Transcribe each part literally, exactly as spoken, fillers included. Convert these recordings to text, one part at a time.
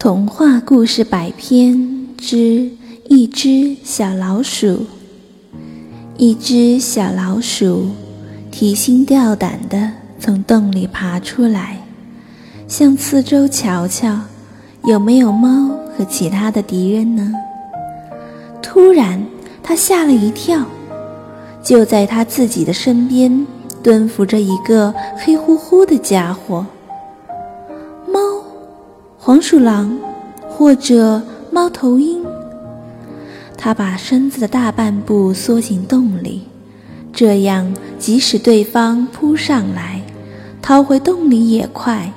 童话故事百篇之一只小老鼠。一只小老鼠提心吊胆地从洞里爬出来，向四周瞧瞧，有没有猫和其他的敌人呢？突然，它吓了一跳，就在它自己的身边蹲伏着一个黑乎乎的家伙。猫、黄鼠狼或者猫头鹰。它把身子的大半部缩进洞里，这样即使对方扑上来，逃回洞里也快。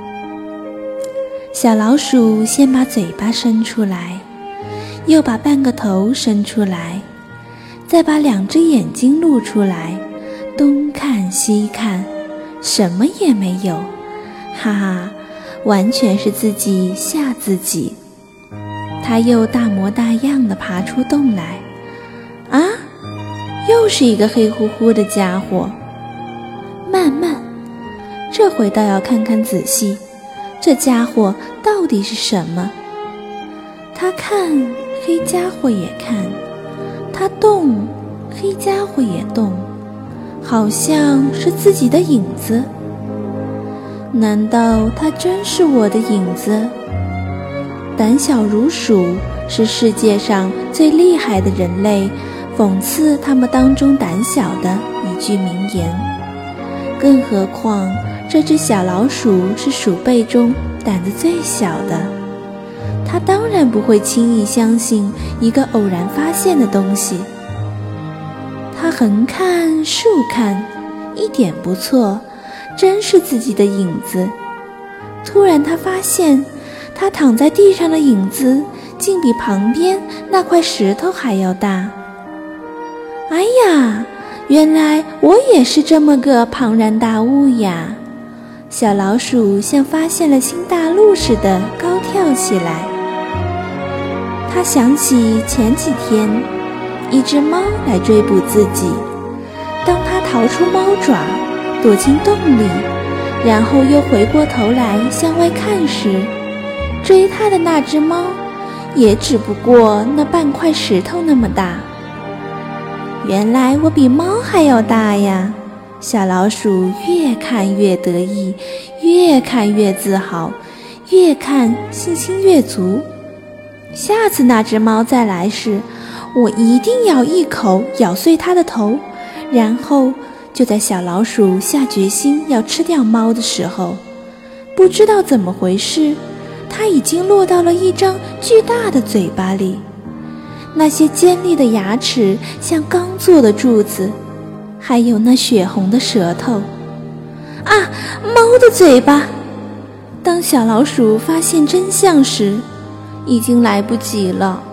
小老鼠先把嘴巴伸出来，又把半个头伸出来，再把两只眼睛露出来，东看西看，什么也没有。哈哈，完全是自己吓自己。他又大模大样地爬出洞来，啊，又是一个黑乎乎的家伙。慢慢，这回倒要看看仔细，这家伙到底是什么？他看，黑家伙也看；他动，黑家伙也动，好像是自己的影子。难道他真是我的影子？胆小如鼠是世界上最厉害的人类讽刺他们当中胆小的一句名言。更何况这只小老鼠是鼠辈中胆子最小的，它当然不会轻易相信一个偶然发现的东西。它横看竖看，一点不错，真是自己的影子。突然它发现他躺在地上的影子竟比旁边那块石头还要大。哎呀，原来我也是这么个庞然大物呀！小老鼠像发现了新大陆似的高跳起来。他想起前几天一只猫来追捕自己，当他逃出猫爪，躲进洞里，然后又回过头来向外看时，追他的那只猫也只不过那半块石头那么大。原来我比猫还要大呀！小老鼠越看越得意，越看越自豪，越看信心越足。下次那只猫再来时，我一定要一口咬碎它的头。然后就在小老鼠下决心要吃掉猫的时候，不知道怎么回事，它已经落到了一张巨大的嘴巴里，那些尖利的牙齿像刚做的柱子，还有那血红的舌头。啊，猫的嘴巴！当小老鼠发现真相时，已经来不及了。